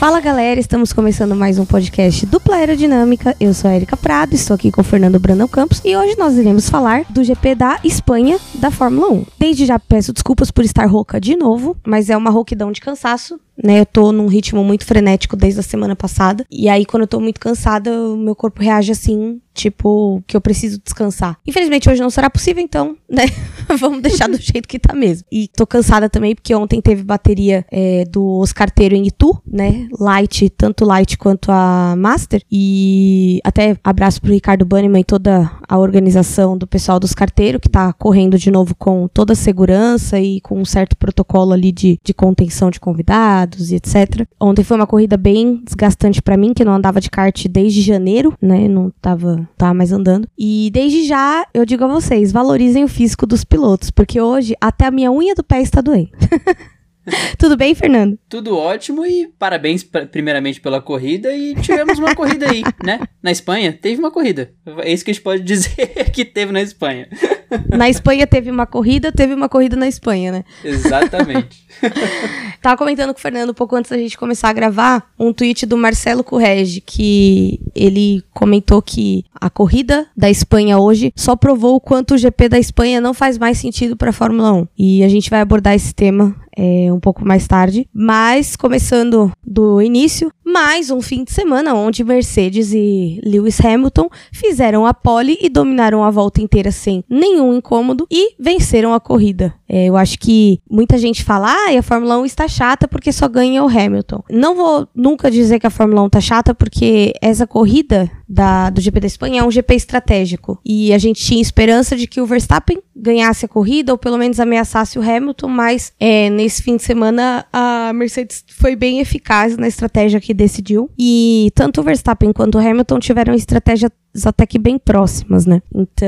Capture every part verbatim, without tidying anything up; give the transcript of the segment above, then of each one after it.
Fala galera, estamos começando mais um podcast Dupla Aerodinâmica. Eu sou a Erika Prado, estou aqui com o Fernando Brandão Campos e hoje nós iremos falar do G P da Espanha da Fórmula um. Desde já peço desculpas por estar rouca de novo, mas é uma rouquidão de cansaço, né? Eu tô num ritmo muito frenético desde a semana passada e aí quando eu tô muito cansada, o meu corpo reage assim, tipo, que eu preciso descansar. Infelizmente hoje não será possível, então, né? Vamos deixar do jeito que tá mesmo. E tô cansada também porque ontem teve bateria é, do Oscarteiro em Itu, né? Light, tanto Light quanto a Master. E até abraço pro Ricardo Banniman e toda a organização do pessoal do Oscarteiro, que tá correndo de novo com toda a segurança e com um certo protocolo ali de, de contenção de convidados e etcétera. Ontem foi uma corrida bem desgastante pra mim, que não andava de kart desde janeiro, né? Não tava, tava mais andando. E desde já, eu digo a vocês, valorizem o físico dos pilotos, porque hoje até a minha unha do pé está doendo. Tudo bem, Fernando? Tudo ótimo e parabéns pra, primeiramente pela corrida e tivemos uma corrida aí, né? Na Espanha teve uma corrida. É isso que a gente pode dizer que teve na Espanha. Na Espanha teve uma corrida, teve uma corrida na Espanha, né? Exatamente. Tava comentando com o Fernando um pouco antes da gente começar a gravar um tweet do Marcelo Correge, que ele comentou que a corrida da Espanha hoje só provou o quanto o G P da Espanha não faz mais sentido pra Fórmula um. E a gente vai abordar esse tema É, um pouco mais tarde, mas começando do início, mais um fim de semana onde Mercedes e Lewis Hamilton fizeram a pole e dominaram a volta inteira sem nenhum incômodo e venceram a corrida. É, eu acho que muita gente fala, ah, a Fórmula um está chata porque só ganha o Hamilton. Não vou nunca dizer que a Fórmula um está chata porque essa corrida da, do G P da Espanha é um G P estratégico e a gente tinha esperança de que o Verstappen ganhasse a corrida ou pelo menos ameaçasse o Hamilton, mas é, nesse fim de semana a Mercedes foi bem eficaz na estratégia que decidiu e tanto o Verstappen quanto o Hamilton tiveram estratégias até que bem próximas, né?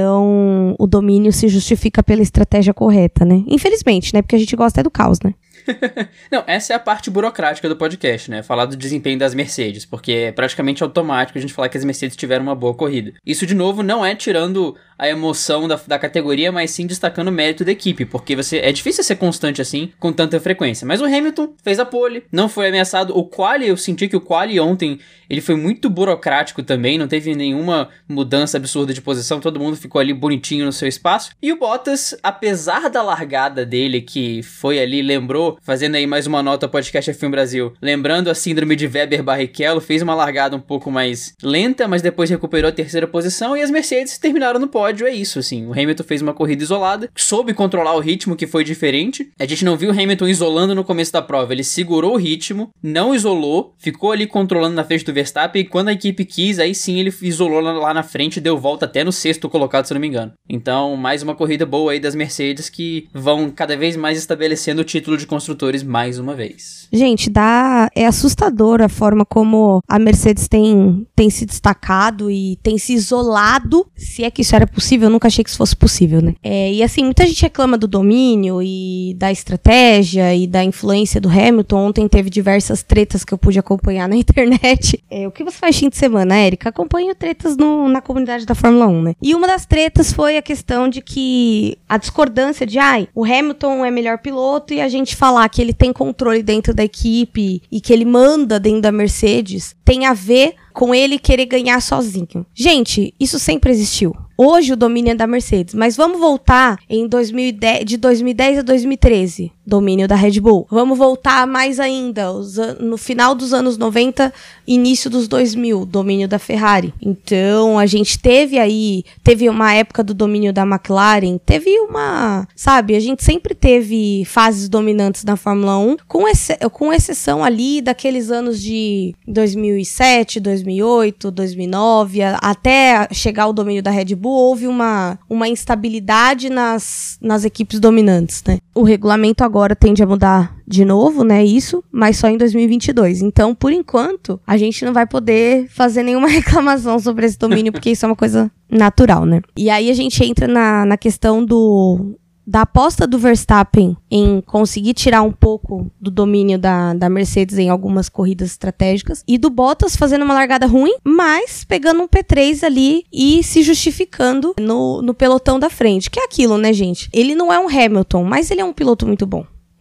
Então o domínio se justifica pela estratégia correta, né? Infelizmente, né? Porque a gente gosta é do caos, né? Não, essa é a parte burocrática do podcast, né? Falar do desempenho das Mercedes, porque é praticamente automático a gente falar que as Mercedes tiveram uma boa corrida. Isso, de novo, não é tirando a emoção da, da categoria, mas sim destacando o mérito da equipe, porque você é difícil ser constante assim, com tanta frequência. Mas o Hamilton fez a pole, não foi ameaçado. O quali, eu senti que o quali ontem, ele foi muito burocrático também, não teve nenhuma mudança absurda de posição, todo mundo ficou ali bonitinho no seu espaço. E o Bottas, apesar da largada dele, que foi ali, lembrou, fazendo aí mais uma nota ao podcast F um Brasil, lembrando a síndrome de Weber-Barrichello, fez uma largada um pouco mais lenta, mas depois recuperou a terceira posição e as Mercedes terminaram no pódio, é isso, assim. O Hamilton fez uma corrida isolada, soube controlar o ritmo, que foi diferente. A gente não viu o Hamilton isolando no começo da prova, ele segurou o ritmo, não isolou, ficou ali controlando na frente do Verstappen e quando a equipe quis, aí sim ele isolou lá na frente e deu volta até no sexto colocado, se não me engano. Então, mais uma corrida boa aí das Mercedes que vão cada vez mais estabelecendo o título de construtores mais uma vez. Gente, dá, é assustador a forma como a Mercedes tem, tem se destacado e tem se isolado, se é que isso era possível, eu nunca achei que isso fosse possível, né? É, e assim, muita gente reclama do domínio e da estratégia e da influência do Hamilton. Ontem teve diversas tretas que eu pude acompanhar na internet. É, o que você faz fim de semana, Érica? Acompanho tretas no, na comunidade da Fórmula um, né? E uma das tretas foi a questão de que a discordância de, ai, o Hamilton é melhor piloto e a gente falar que ele tem controle dentro da equipe e que ele manda dentro da Mercedes tem a ver com ele querer ganhar sozinho. Gente, isso sempre existiu. Hoje o domínio é da Mercedes, mas vamos voltar em dois mil e dez, de dois mil e dez a dois mil e treze, domínio da Red Bull. Vamos voltar mais ainda, os, no final dos anos noventa, início dos dois mil, domínio da Ferrari. Então, a gente teve aí, teve uma época do domínio da McLaren, teve uma, sabe, a gente sempre teve fases dominantes na Fórmula um, com, ex, com exceção ali daqueles anos de dois mil e sete, dois mil e oito, dois mil e nove, até chegar ao domínio da Red Bull, houve uma, uma instabilidade nas, nas equipes dominantes, né? O regulamento agora tende a mudar de novo, né, isso, mas só em dois mil e vinte e dois. Então, por enquanto, a gente não vai poder fazer nenhuma reclamação sobre esse domínio, porque isso é uma coisa natural, né? E aí a gente entra na, na questão do... da aposta do Verstappen em conseguir tirar um pouco do domínio da, da Mercedes em algumas corridas estratégicas e do Bottas fazendo uma largada ruim, mas pegando um P três ali e se justificando no, no pelotão da frente, que é aquilo, né, gente? Ele não é um Hamilton, mas ele é um piloto muito bom.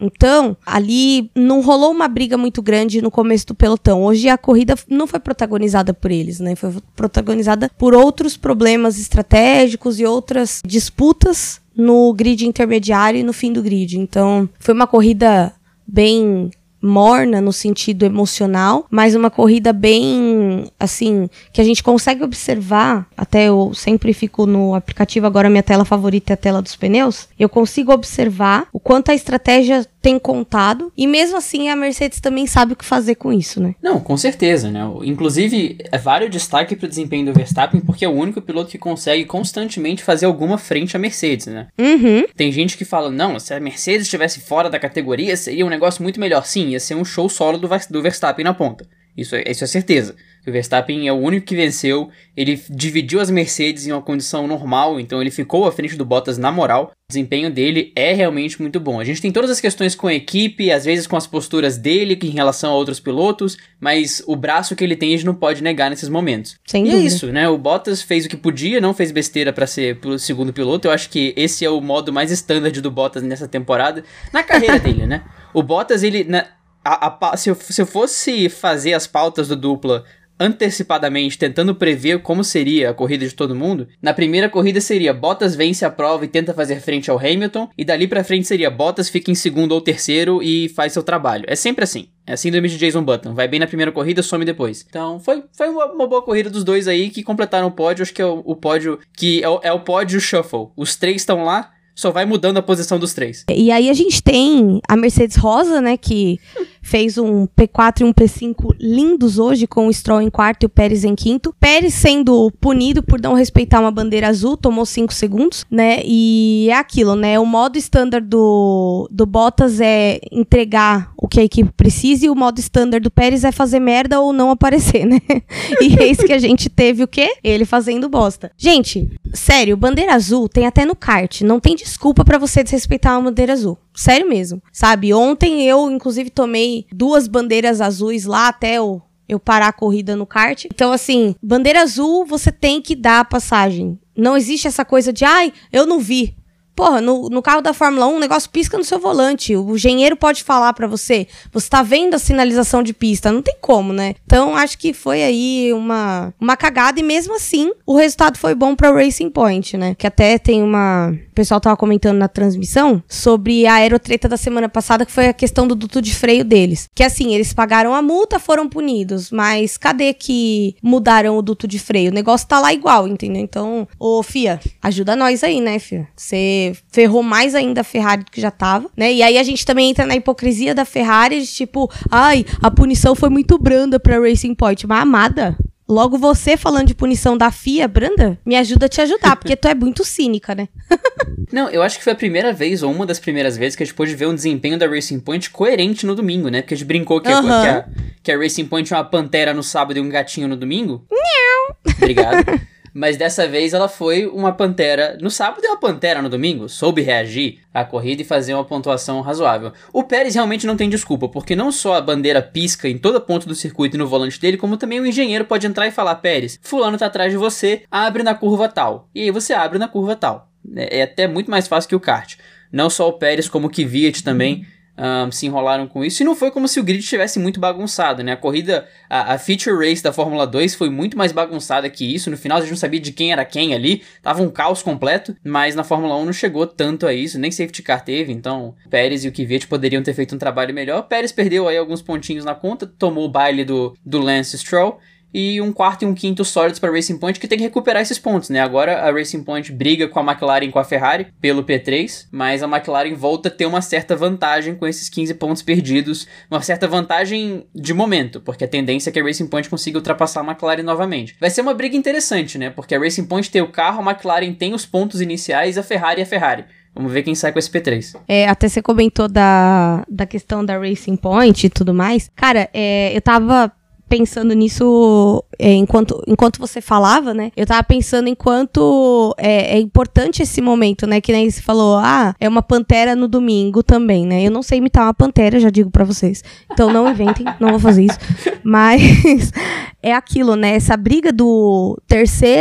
Então, ali não rolou uma briga muito grande no começo do pelotão. Hoje a corrida não foi protagonizada por eles, né? Foi protagonizada por outros problemas estratégicos e outras disputas no grid intermediário e no fim do grid. Então, foi uma corrida bem morna no sentido emocional, mas uma corrida bem, assim, que a gente consegue observar, até eu sempre fico no aplicativo, agora minha tela favorita é a tela dos pneus, eu consigo observar o quanto a estratégia tem contado, e mesmo assim a Mercedes também sabe o que fazer com isso, né? Não, com certeza, né? Inclusive, é vários destaque pro desempenho do Verstappen, porque é o único piloto que consegue constantemente fazer alguma frente à Mercedes, né? Uhum. Tem gente que fala, não, se a Mercedes estivesse fora da categoria, seria um negócio muito melhor. Sim, ia ser um show solo do, do Verstappen na ponta. Isso é, isso é certeza. O Verstappen é o único que venceu, ele dividiu as Mercedes em uma condição normal, então ele ficou à frente do Bottas na moral. O desempenho dele é realmente muito bom. A gente tem todas as questões com a equipe, às vezes com as posturas dele em relação a outros pilotos, mas o braço que ele tem a gente não pode negar nesses momentos. Sem e dúvida. é isso, né? O Bottas fez o que podia, não fez besteira pra ser o segundo piloto. Eu acho que esse é o modo mais standard do Bottas nessa temporada, na carreira dele, né? O Bottas, ele... Na, a, a, se, eu, se eu fosse fazer as pautas do dupla antecipadamente, tentando prever como seria a corrida de todo mundo, na primeira corrida seria Bottas vence a prova e tenta fazer frente ao Hamilton, e dali pra frente seria Bottas fica em segundo ou terceiro e faz seu trabalho. É sempre assim. É assim do de Jason Button. Vai bem na primeira corrida, some depois. Então, foi, foi uma, uma boa corrida dos dois aí que completaram o pódio. Acho que é o, o pódio que é o, é o pódio shuffle. Os três estão lá, só vai mudando a posição dos três. E aí a gente tem a Mercedes Rosa, né, que fez um P quatro e um P cinco lindos hoje, com o Stroll em quarto e o Pérez em quinto. Pérez sendo punido por não respeitar uma bandeira azul, tomou cinco segundos, né, e é aquilo, né, o modo standard do, do Bottas é entregar o que a equipe precisa, e o modo standard do Pérez é fazer merda ou não aparecer, né, e é isso que a gente teve o quê? Ele fazendo bosta. Gente, sério, bandeira azul tem até no kart, não tem desculpa pra você desrespeitar uma bandeira azul. Sério mesmo, sabe? Ontem eu, inclusive, tomei duas bandeiras azuis lá até eu, eu parar a corrida no kart. Então, assim, bandeira azul você tem que dar a passagem. Não existe essa coisa de, ai, eu não vi. Porra, no, no carro da Fórmula um, o negócio pisca no seu volante. O engenheiro pode falar pra você, você tá vendo a sinalização de pista. Não tem como, né? Então, acho que foi aí uma, uma cagada. E mesmo assim, o resultado foi bom pra Racing Point, né? Que até tem uma... O pessoal tava comentando na transmissão sobre a aerotreta da semana passada, que foi a questão do duto de freio deles. Que assim, eles pagaram a multa, foram punidos. Mas cadê que mudaram o duto de freio? O negócio tá lá igual, entendeu? Então, ô, Fia, ajuda nós aí, né, Fia? Você ferrou mais ainda a Ferrari do que já tava, né? E aí a gente também entra na hipocrisia da Ferrari, de tipo, ai, a punição foi muito branda pra Racing Point. Mas, amada, logo você falando de punição da F I A, branda, me ajuda a te ajudar, porque tu é muito cínica, né? Não, eu acho que foi a primeira vez, ou uma das primeiras vezes, que a gente pôde ver um desempenho da Racing Point coerente no domingo, né? Porque a gente brincou que, uhum. a, que, a, que a Racing Point é uma pantera no sábado e um gatinho no domingo. Não. Obrigado. Mas dessa vez ela foi uma pantera no sábado e uma pantera no domingo. Soube reagir à corrida e fazer uma pontuação razoável. O Pérez realmente não tem desculpa, porque não só a bandeira pisca em toda ponta do circuito e no volante dele, como também o engenheiro pode entrar e falar, Pérez, fulano tá atrás de você, abre na curva tal. E aí você abre na curva tal. É até muito mais fácil que o kart. Não só o Pérez, como o Kvyat também Um, se enrolaram com isso, e não foi como se o grid estivesse muito bagunçado, né? A corrida, a, a feature race da Fórmula dois foi muito mais bagunçada que isso. No final a gente não sabia de quem era quem ali, tava um caos completo, mas na Fórmula um não chegou tanto a isso, nem safety car teve, então o Pérez e o Kvyat poderiam ter feito um trabalho melhor. O Pérez perdeu aí alguns pontinhos na conta, tomou o baile do, do Lance Stroll, e um quarto e um quinto sólidos para a Racing Point, que tem que recuperar esses pontos, né? Agora a Racing Point briga com a McLaren e com a Ferrari pelo P três, mas a McLaren volta a ter uma certa vantagem com esses quinze pontos perdidos, uma certa vantagem de momento, porque a tendência é que a Racing Point consiga ultrapassar a McLaren novamente. Vai ser uma briga interessante, né? Porque a Racing Point tem o carro, a McLaren tem os pontos iniciais, a Ferrari é a Ferrari. Vamos ver quem sai com esse P três. É, até você comentou da, da questão da Racing Point e tudo mais. Cara, é, eu tava pensando nisso é, enquanto, enquanto você falava, né? Eu tava pensando enquanto é, é importante esse momento, né? Que nem você falou, ah, é uma pantera no domingo também, né? Eu não sei imitar uma pantera, já digo pra vocês. Então não inventem, não vou fazer isso. Mas é aquilo, né? Essa briga do terceiro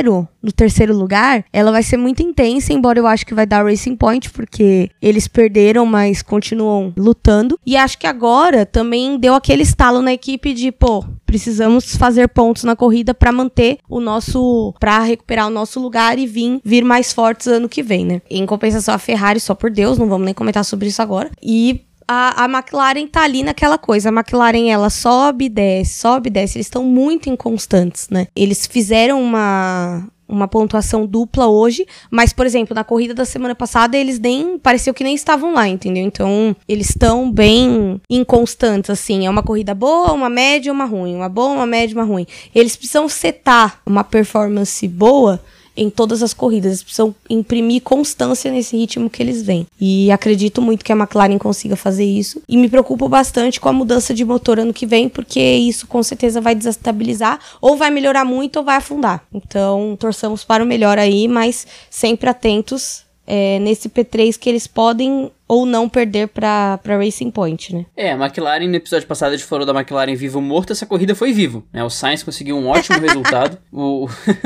no terceiro lugar, ela vai ser muito intensa, embora eu acho que vai dar Racing Point, porque eles perderam, mas continuam lutando. E acho que agora também deu aquele estalo na equipe de, pô, precisamos fazer pontos na corrida para manter o nosso, para recuperar o nosso lugar e vir, vir mais fortes ano que vem, né? Em compensação, a Ferrari, só por Deus, não vamos nem comentar sobre isso agora. E A, a McLaren tá ali naquela coisa. A McLaren, ela sobe e desce, sobe e desce. Eles estão muito inconstantes, né? Eles fizeram uma, uma pontuação dupla hoje, mas, por exemplo, na corrida da semana passada, eles nem... pareceu que nem estavam lá, entendeu? Então, eles estão bem inconstantes, assim. É uma corrida boa, uma média, uma ruim. Uma boa, uma média, uma ruim. Eles precisam setar uma performance boa em todas as corridas, eles precisam imprimir constância nesse ritmo que eles vêm. E acredito muito que a McLaren consiga fazer isso. E me preocupo bastante com a mudança de motor ano que vem, porque isso com certeza vai desestabilizar, ou vai melhorar muito ou vai afundar. Então, torçamos para o melhor aí, mas sempre atentos é, nesse P três que eles podem ou não perder pra, pra Racing Point, né? É, a McLaren, no episódio passado a gente falou da McLaren vivo ou morto, essa corrida foi vivo, né? O Sainz conseguiu um ótimo resultado, o...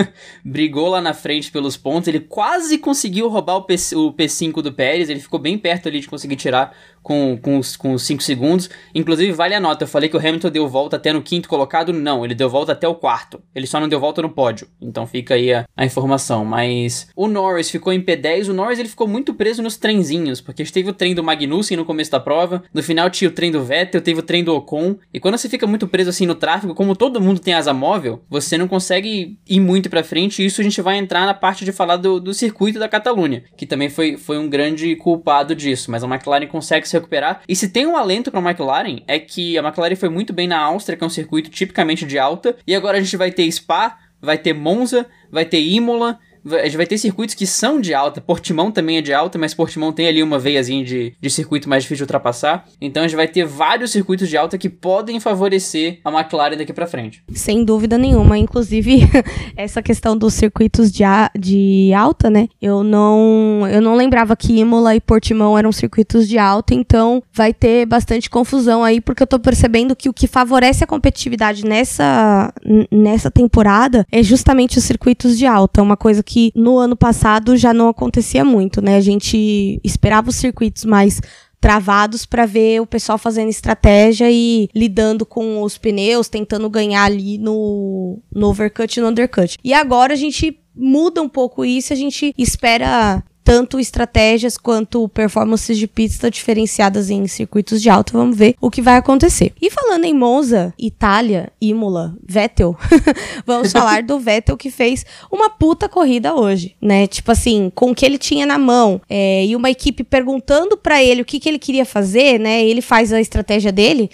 brigou lá na frente pelos pontos, ele quase conseguiu roubar o, P... o P cinco do Pérez, ele ficou bem perto ali de conseguir tirar com, com, os, com os cinco segundos, inclusive vale a nota, eu falei que o Hamilton deu volta até no quinto colocado, não, ele deu volta até o quarto, ele só não deu volta no pódio, então fica aí a, a informação, mas o Norris ficou em P dez, o Norris ele ficou muito preso nos trenzinhos, porque esteve o trem do Magnussen no começo da prova, no final tinha o trem do Vettel, teve o trem do Ocon, e quando você fica muito preso assim no tráfego, como todo mundo tem asa móvel, você não consegue ir muito pra frente, e isso a gente vai entrar na parte de falar do, do circuito da Catalunha, que também foi, foi um grande culpado disso, mas a McLaren consegue se recuperar, e se tem um alento pra McLaren, é que a McLaren foi muito bem na Áustria, que é um circuito tipicamente de alta, e agora a gente vai ter Spa, vai ter Monza, vai ter Imola, a gente vai ter circuitos que são de alta, Portimão também é de alta, mas Portimão tem ali uma veiazinha de, de circuito mais difícil de ultrapassar, então a gente vai ter vários circuitos de alta que podem favorecer a McLaren daqui pra frente. Sem dúvida nenhuma, inclusive essa questão dos circuitos de, a, de alta, né, eu não, eu não lembrava que Imola e Portimão eram circuitos de alta, então vai ter bastante confusão aí, porque eu tô percebendo que o que favorece a competitividade nessa, nessa temporada é justamente os circuitos de alta, uma coisa que que no ano passado já não acontecia muito, né? A gente esperava os circuitos mais travados para ver o pessoal fazendo estratégia e lidando com os pneus, tentando ganhar ali no, no overcut e no undercut. E agora a gente muda um pouco isso, a gente espera tanto estratégias quanto performances de pista diferenciadas em circuitos de alta. Vamos ver o que vai acontecer. E falando em Monza, Itália, Imola, Vettel, vamos falar do Vettel que fez uma puta corrida hoje, né? Tipo assim, com o que ele tinha na mão, é, e uma equipe perguntando pra ele o que, que ele queria fazer, né? Ele faz a estratégia dele.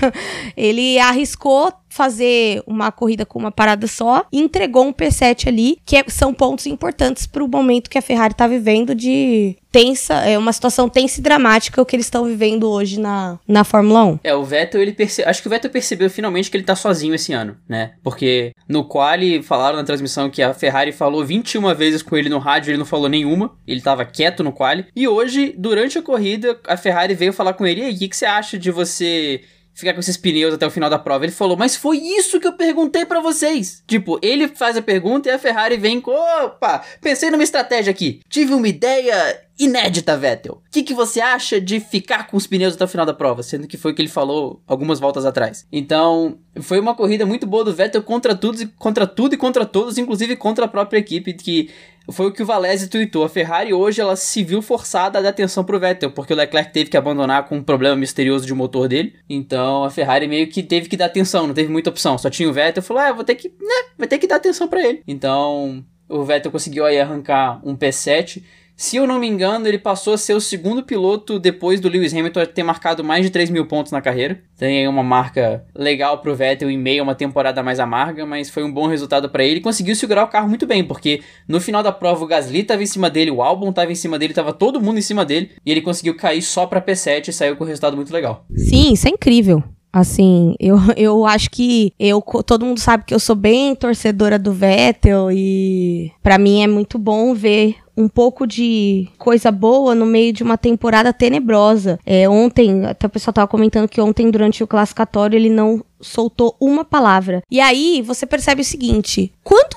Ele arriscou fazer uma corrida com uma parada só e entregou um P sete ali, que é, são pontos importantes para o momento que a Ferrari tá vivendo de tensa, é uma situação tensa e dramática o que eles estão vivendo hoje na, na Fórmula um. É, o Vettel, ele perce... acho que o Vettel percebeu finalmente que ele tá sozinho esse ano, né? Porque no quali falaram na transmissão que a Ferrari falou vinte e uma vezes com ele no rádio, ele não falou nenhuma, ele tava quieto no quali. E hoje, durante a corrida, a Ferrari veio falar com ele, e aí, o que, que você acha de você ficar com esses pneus até o final da prova? Ele falou, mas foi isso que eu perguntei pra vocês. Tipo, ele faz a pergunta e a Ferrari vem com, opa, pensei numa estratégia aqui, tive uma ideia inédita, Vettel. O que, que você acha de ficar com os pneus até o final da prova? Sendo que foi o que ele falou algumas voltas atrás. Então, foi uma corrida muito boa do Vettel contra tudo, contra tudo e contra todos, inclusive contra a própria equipe, que foi o que o Valese tweetou. A Ferrari hoje, ela se viu forçada a dar atenção pro Vettel, porque o Leclerc teve que abandonar com um problema misterioso de motor dele. Então, a Ferrari meio que teve que dar atenção, não teve muita opção. Só tinha o Vettel, falou, ah, vou ter que, né, vai ter que dar atenção pra ele. Então, o Vettel conseguiu aí arrancar um P sete. Se eu não me engano, ele passou a ser o segundo piloto depois do Lewis Hamilton ter marcado mais de três mil pontos na carreira. Tem aí uma marca legal pro Vettel em meio a uma temporada mais amarga, mas foi um bom resultado para ele. Conseguiu segurar o carro muito bem, porque no final da prova o Gasly estava em cima dele, o Albon estava em cima dele, estava todo mundo em cima dele, e ele conseguiu cair só para P sete e saiu com um resultado muito legal. Sim, isso é incrível. Assim, eu, eu acho que eu, todo mundo sabe que eu sou bem torcedora do Vettel e pra mim é muito bom ver um pouco de coisa boa no meio de uma temporada tenebrosa. É, ontem, até o pessoal tava comentando que ontem durante o classificatório ele não soltou uma palavra. E aí você percebe o seguinte, quanto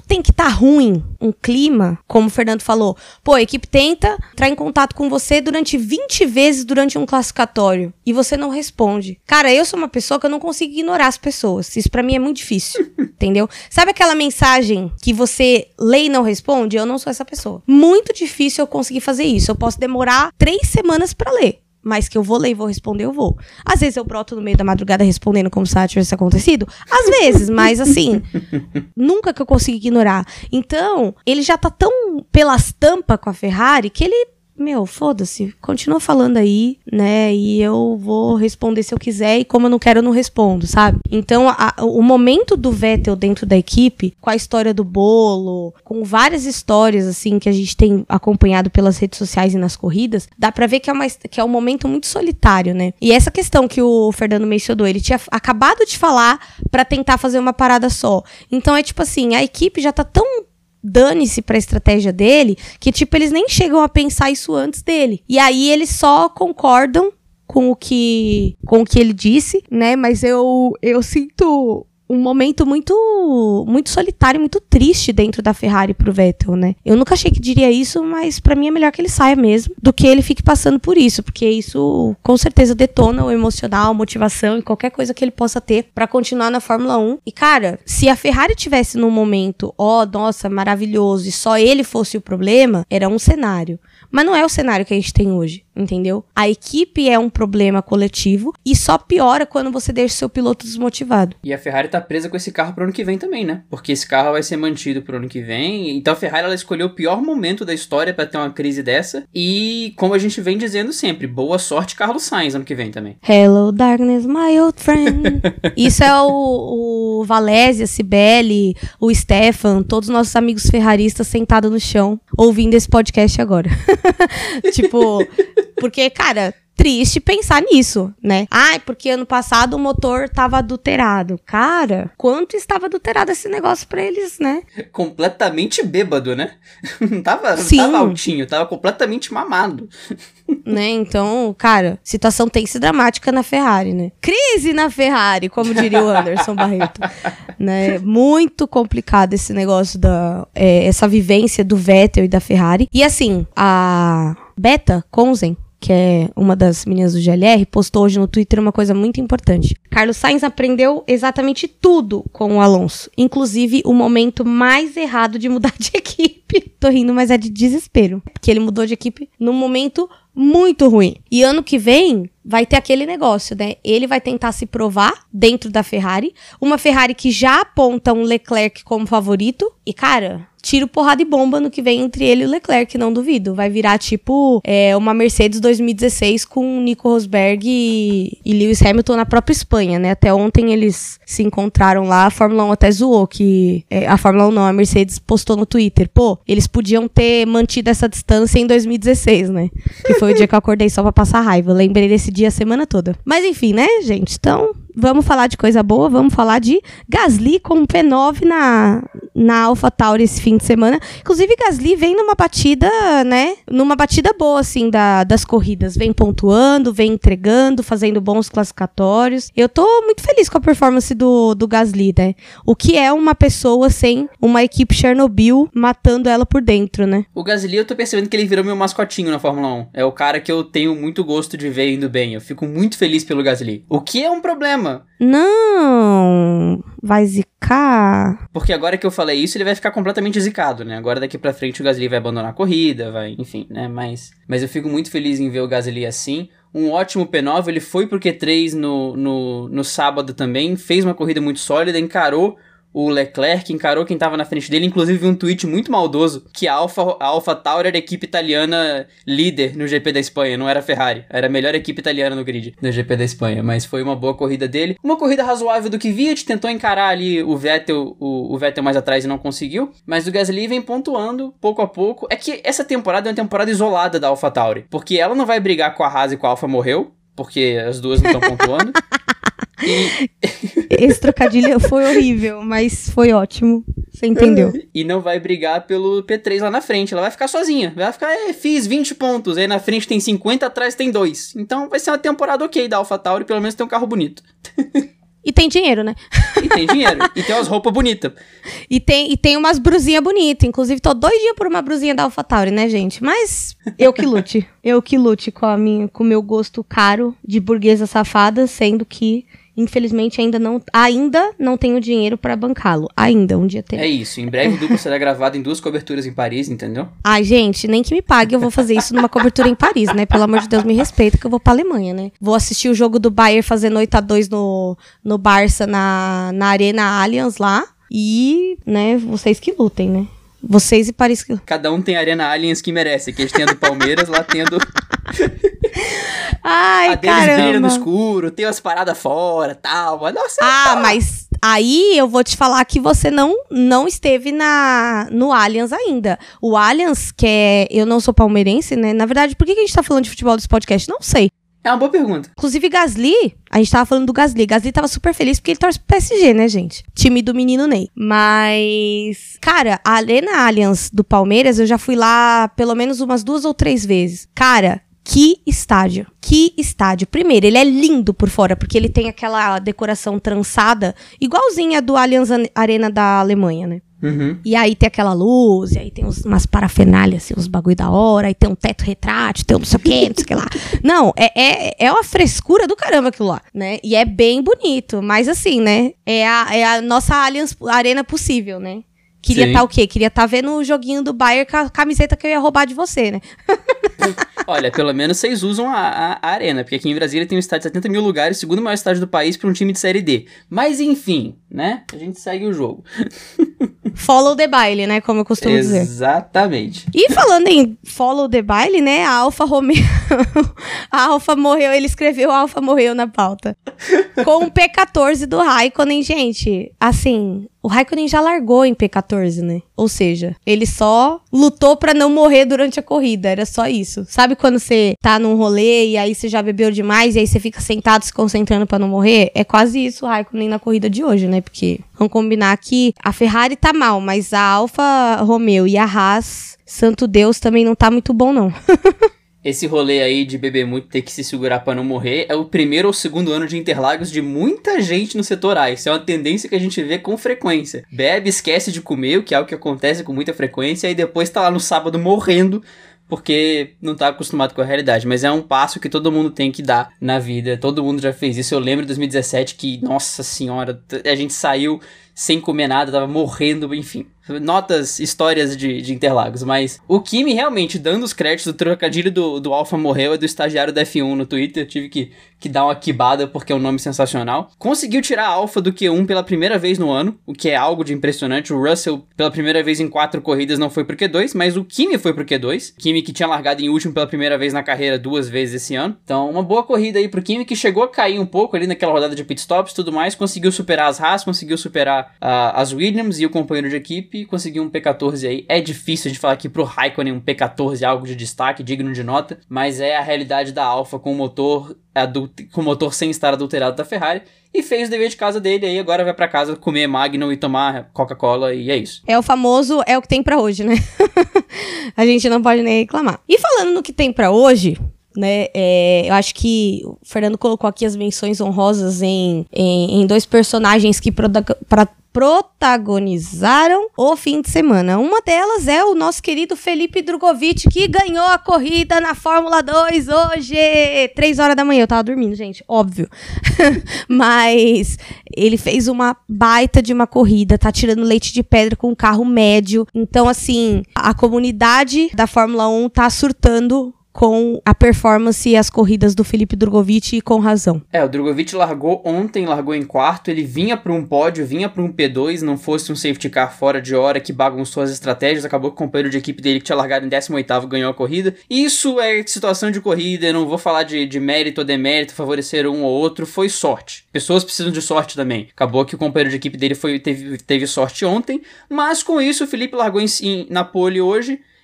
tem que estar tá ruim, um clima, como o Fernando falou, pô, a equipe tenta entrar em contato com você durante vinte vezes durante um classificatório e você não responde. Cara, eu sou uma pessoa que eu não consigo ignorar as pessoas. Isso pra mim é muito difícil, entendeu? Sabe aquela mensagem que você lê e não responde? Eu não sou essa pessoa. Muito difícil eu conseguir fazer isso. Eu posso demorar três semanas pra ler. Mas que eu vou ler e vou responder, eu vou. Às vezes eu broto no meio da madrugada respondendo como se nada tivesse acontecido. Às vezes, mas assim, nunca que eu consigo ignorar. Então, ele já tá tão pelas tampas com a Ferrari que ele... Meu, foda-se, continua falando aí, né, e eu vou responder se eu quiser, e como eu não quero, eu não respondo, sabe? Então, a, o momento do Vettel dentro da equipe, com a história do bolo, com várias histórias, assim, que a gente tem acompanhado pelas redes sociais e nas corridas, dá pra ver que é, uma, que é um momento muito solitário, né? E essa questão que o Fernando mencionou, ele tinha acabado de falar pra tentar fazer uma parada só. Então, é tipo assim, a equipe já tá tão... dane-se pra estratégia dele, que tipo, eles nem chegam a pensar isso antes dele. E aí eles só concordam com o que, com o que ele disse, né? Mas eu, eu sinto um momento muito, muito solitário, muito triste dentro da Ferrari pro Vettel, né? Eu nunca achei que diria isso, mas pra mim é melhor que ele saia mesmo, do que ele fique passando por isso, porque isso com certeza detona o emocional, a motivação e qualquer coisa que ele possa ter pra continuar na Fórmula um. E cara, se a Ferrari tivesse num momento, ó, oh, nossa, maravilhoso, e só ele fosse o problema, era um cenário. Mas não é o cenário que a gente tem hoje, entendeu? A equipe é um problema coletivo e só piora quando você deixa o seu piloto desmotivado. E a Ferrari tá presa com esse carro pro ano que vem também, né? Porque esse carro vai ser mantido pro ano que vem. Então a Ferrari, ela escolheu o pior momento da história pra ter uma crise dessa. E como a gente vem dizendo sempre, boa sorte Carlos Sainz ano que vem também. Hello darkness, my old friend. Isso é o, o Valézia, Cibele, o Stefan, todos os nossos amigos ferraristas sentados no chão, ouvindo esse podcast agora. Tipo, porque, cara, triste pensar nisso, né? Ai, porque ano passado o motor tava adulterado. Cara, quanto estava adulterado esse negócio pra eles, né? Completamente bêbado, né? Não tava, não tava altinho, tava completamente mamado. Né? Então, cara, situação tensa e dramática na Ferrari, né? Crise na Ferrari, como diria o Anderson Barreto. Né? Muito complicado esse negócio da... É, essa vivência do Vettel e da Ferrari. E assim, a Beta Konzen, que é uma das meninas do G L R, postou hoje no Twitter uma coisa muito importante. Carlos Sainz aprendeu exatamente tudo com o Alonso, inclusive o momento mais errado de mudar de equipe. Tô rindo, mas é de desespero, porque ele mudou de equipe num momento muito ruim. E ano que vem vai ter aquele negócio, né? Ele vai tentar se provar dentro da Ferrari, uma Ferrari que já aponta um Leclerc como favorito, e cara... tiro, porrada e bomba no que vem entre ele e o Leclerc, não duvido. Vai virar, tipo, é, uma Mercedes dois mil e dezesseis com Nico Rosberg e, e Lewis Hamilton na própria Espanha, né? Até ontem eles se encontraram lá, a Fórmula um até zoou que... É, a Fórmula um não, a Mercedes postou no Twitter. Pô, eles podiam ter mantido essa distância em dois mil e dezesseis, né? Que foi o dia que eu acordei só pra passar raiva. Eu lembrei desse dia a semana toda. Mas enfim, né, gente? Então... vamos falar de coisa boa, vamos falar de Gasly com um P nove na, na AlphaTauri esse fim de semana. Inclusive, Gasly vem numa batida, né, numa batida boa, assim, da, das corridas. Vem pontuando, vem entregando, fazendo bons classificatórios. Eu tô muito feliz com a performance do, do Gasly, né? O que é uma pessoa sem uma equipe Chernobyl matando ela por dentro, né? O Gasly, eu tô percebendo que ele virou meu mascotinho na Fórmula um. É o cara que eu tenho muito gosto de ver indo bem. Eu fico muito feliz pelo Gasly. O que é um problema. Não, vai zicar. Porque agora que eu falei isso, ele vai ficar completamente zicado, né? Agora daqui pra frente o Gasly vai abandonar a corrida, vai, enfim, né? Mas, mas eu fico muito feliz em ver o Gasly assim. Um ótimo P nove, ele foi pro Q três no, no, no sábado também, fez uma corrida muito sólida, encarou o Leclerc, encarou quem tava na frente dele, inclusive vi um tweet muito maldoso, que a Alfa, a AlphaTauri era a equipe italiana líder no G P da Espanha, não era a Ferrari, era a melhor equipe italiana no grid no G P da Espanha, mas foi uma boa corrida dele, uma corrida razoável do que Kvyat, tentou encarar ali o Vettel, o, o Vettel mais atrás e não conseguiu, mas o Gasly vem pontuando pouco a pouco. É que essa temporada é uma temporada isolada da AlphaTauri, porque ela não vai brigar com a Haas e com a Alfa Morreu, porque as duas não estão pontuando. E... esse trocadilho foi horrível, mas foi ótimo. Você entendeu? E não vai brigar pelo P três lá na frente. Ela vai ficar sozinha. Vai ficar, é, fiz vinte pontos. Aí na frente tem cinquenta, atrás tem dois. Então vai ser uma temporada ok da AlphaTauri. Pelo menos tem um carro bonito. E tem dinheiro, né? E tem dinheiro. E tem umas roupas bonitas. E tem, e tem umas brusinhas bonitas. Inclusive, tô dois dias por uma brusinha da AlphaTauri, né, gente? Mas eu que lute. Eu que lute com a minha, com o meu gosto caro de burguesa safada, sendo que, infelizmente, ainda não, ainda não tenho dinheiro pra bancá-lo. Ainda, um dia terá. É isso. Em breve o duplo será gravado em duas coberturas em Paris, entendeu? Ai, gente, nem que me pague, eu vou fazer isso numa cobertura em Paris, né? Pelo amor de Deus, me respeita que eu vou pra Alemanha, né? Vou assistir o jogo do Bayern fazendo oito a dois no, no Barça, na, na Arena Allianz lá. E, né, vocês que lutem, né? Vocês e Paris que... Cada um tem a Arena Allianz que merece. Aqui a gente tem a do Palmeiras, lá tem a do... Ai, a deles caramba. brilha no escuro, tem umas paradas fora, tal. Mas nossa, ah, tá. mas aí eu vou te falar que você não, não esteve na, no Allianz ainda. O Allianz, que é... Eu não sou palmeirense, né? Na verdade, por que que a gente tá falando de futebol desse podcast? Não sei. É uma boa pergunta. Inclusive, Gasly, a gente tava falando do Gasly. Gasly tava super feliz porque ele torce pro P S G, né, gente? Time do menino Ney. Mas, cara, a Arena Allianz do Palmeiras, eu já fui lá pelo menos umas duas ou três vezes. Cara, que estádio. Que estádio. Primeiro, ele é lindo por fora, porque ele tem aquela decoração trançada, igualzinha do Allianz Arena da Alemanha, né? Uhum. E aí tem aquela luz, e aí tem uns, umas parafernálias, assim, uns bagulho da hora, aí tem um teto retrátil, tem um não sei o que, não sei o que lá. Não, é, é, é uma frescura do caramba aquilo lá, né? E é bem bonito, mas assim, né? É a, é a nossa Allianz Arena possível, né? Queria estar tá o quê? Queria estar tá vendo o joguinho do Bayern com a camiseta que eu ia roubar de você, né? Olha, pelo menos vocês usam a, a, a arena, porque aqui em Brasília tem um estádio de setenta mil lugares, o segundo maior estádio do país para um time de Série D. Mas enfim, né? A gente segue o jogo. Follow the baile, né? Como eu costumo dizer. Exatamente. E falando em follow the baile, né? A Alfa Romeo... a Alfa morreu, ele escreveu a Alfa morreu na pauta. Com o P quatorze do Raikkonen, gente. Assim... O Raikkonen já largou em P quatorze, né? Ou seja, ele só lutou pra não morrer durante a corrida. Era só isso. Sabe quando você tá num rolê e aí você já bebeu demais e aí você fica sentado se concentrando pra não morrer? É quase isso o Raikkonen na corrida de hoje, né? Porque vamos combinar que a Ferrari tá mal, mas a Alfa Romeo e a Haas, santo Deus, também não tá muito bom, não. Esse rolê aí de beber muito, ter que se segurar pra não morrer, é o primeiro ou segundo ano de Interlagos de muita gente no setor A. Isso é uma tendência que a gente vê com frequência. Bebe, esquece de comer, o que é algo que acontece com muita frequência, e depois tá lá no sábado morrendo, porque não tá acostumado com a realidade. Mas é um passo que todo mundo tem que dar na vida. Todo mundo já fez isso. Eu lembro de dois mil e dezessete que, nossa senhora, a gente saiu sem comer nada, tava morrendo, enfim. Notas, histórias de, de Interlagos, mas o Kimi realmente, dando os créditos do trocadilho do, do Alfa morreu, é do estagiário da F um no Twitter, tive que, que dar uma quibada porque é um nome sensacional. Conseguiu tirar a Alfa do Q um pela primeira vez no ano, o que é algo de impressionante. O Russell, pela primeira vez em quatro corridas, não foi pro Q dois, mas o Kimi foi pro Q dois. Kimi que tinha largado em último pela primeira vez na carreira duas vezes esse ano. Então, uma boa corrida aí pro Kimi, que chegou a cair um pouco ali naquela rodada de pitstops e tudo mais, conseguiu superar as Haas, conseguiu superar uh, as Williams e o companheiro de equipe, conseguiu um P quatorze aí. É difícil a gente falar aqui pro Raikkonen um P quatorze, algo de destaque, digno de nota, mas é a realidade da Alfa com o motor, adult- com o motor sem estar adulterado da Ferrari, e fez o dever de casa dele, aí agora vai pra casa comer Magnum e tomar Coca-Cola, e é isso. É o famoso, é o que tem pra hoje, né? A gente não pode nem reclamar. E falando no que tem pra hoje... Né, é, eu acho que o Fernando colocou aqui as menções honrosas em, em, em dois personagens que proda- pra, protagonizaram o fim de semana. Uma delas é o nosso querido Felipe Drugovich, que ganhou a corrida na Fórmula dois hoje, três horas da manhã. Eu tava dormindo, gente, óbvio. Mas ele fez uma baita de uma corrida, tá tirando leite de pedra com um carro médio. Então, assim, a comunidade da Fórmula um tá surtando com a performance e as corridas do Felipe Drugovich, e com razão. É, o Drugovich largou ontem, largou em quarto, ele vinha para um pódio, vinha para um P dois, não fosse um safety car fora de hora que bagunçou as estratégias, acabou que o companheiro de equipe dele que tinha largado em décimo oitavo ganhou a corrida. Isso é situação de corrida, eu não vou falar de, de mérito ou demérito, favorecer um ou outro, foi sorte. Pessoas precisam de sorte também. Acabou que o companheiro de equipe dele foi, teve, teve sorte ontem, mas com isso o Felipe largou em, em, na pole hoje,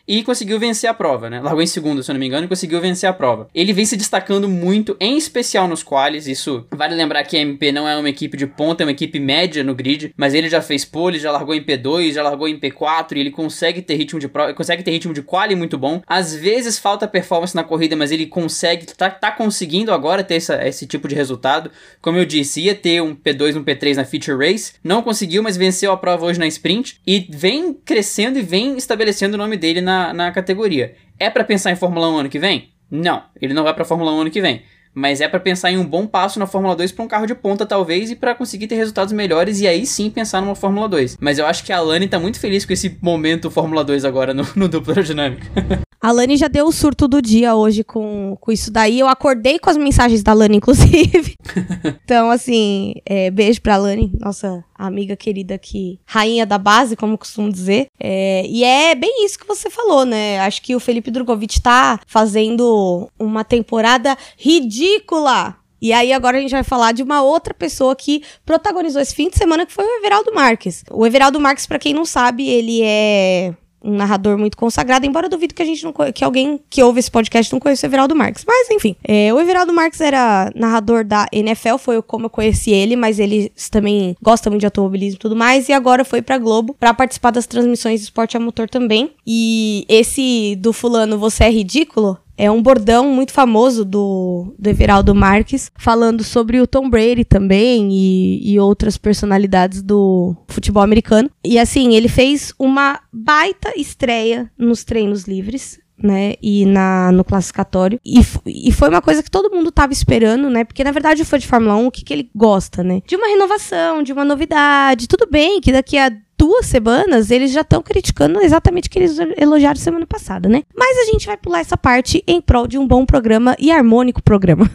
e conseguiu vencer a prova, né? Largou em segundo, se eu não me engano, e conseguiu vencer a prova. Ele vem se destacando muito, em especial nos qualis. Isso vale lembrar que a M P não é uma equipe de ponta, é uma equipe média no grid, mas ele já fez pole, já largou em P dois, já largou em P quatro, e ele consegue ter ritmo de prova, consegue ter ritmo de quali muito bom. Às vezes falta performance na corrida, mas ele consegue, tá, tá conseguindo agora ter essa, esse tipo de resultado. Como eu disse, ia ter um P dois, um P três na Feature Race, não conseguiu, mas venceu a prova hoje na Sprint, e vem crescendo e vem estabelecendo o nome dele na, na categoria. É pra pensar em Fórmula um ano que vem? Não, ele não vai pra Fórmula um ano que vem. Mas é pra pensar em um bom passo na Fórmula dois pra um carro de ponta, talvez, e pra conseguir ter resultados melhores, e aí sim pensar numa Fórmula dois. Mas eu acho que a Alane tá muito feliz com esse momento Fórmula dois agora no, no duplo aerodinâmica. A Lani já deu o surto do dia hoje com, com isso daí. Eu acordei com as mensagens da Lani, inclusive. Então, assim, é, beijo pra Lani, nossa amiga querida aqui, rainha da base, como costumo dizer. É, e é bem isso que você falou, né? Acho que o Felipe Drogovic tá fazendo uma temporada ridícula. E aí agora a gente vai falar de uma outra pessoa que protagonizou esse fim de semana, que foi o Everaldo Marques. O Everaldo Marques, pra quem não sabe, ele é um narrador muito consagrado, embora eu duvido que a gente não conhe- que alguém que ouve esse podcast não conheça o Everaldo Marques. Mas, enfim, é, o Everaldo Marques era narrador da N F L, foi como eu conheci ele, mas ele também gosta muito de automobilismo e tudo mais, e agora foi pra Globo pra participar das transmissões de esporte a motor também. E esse do fulano, você é ridículo, é um bordão muito famoso do, do Everaldo Marques, falando sobre o Tom Brady também e, e outras personalidades do futebol americano. E assim, ele fez uma baita estreia nos treinos livres, né, e na, no classificatório, e, f- e foi uma coisa que todo mundo tava esperando, né, porque na verdade o fã de Fórmula um, o que, que ele gosta, né, de uma renovação, de uma novidade. Tudo bem que daqui a duas semanas eles já estão criticando exatamente o que eles elogiaram semana passada, né, mas a gente vai pular essa parte em prol de um bom programa e harmônico programa.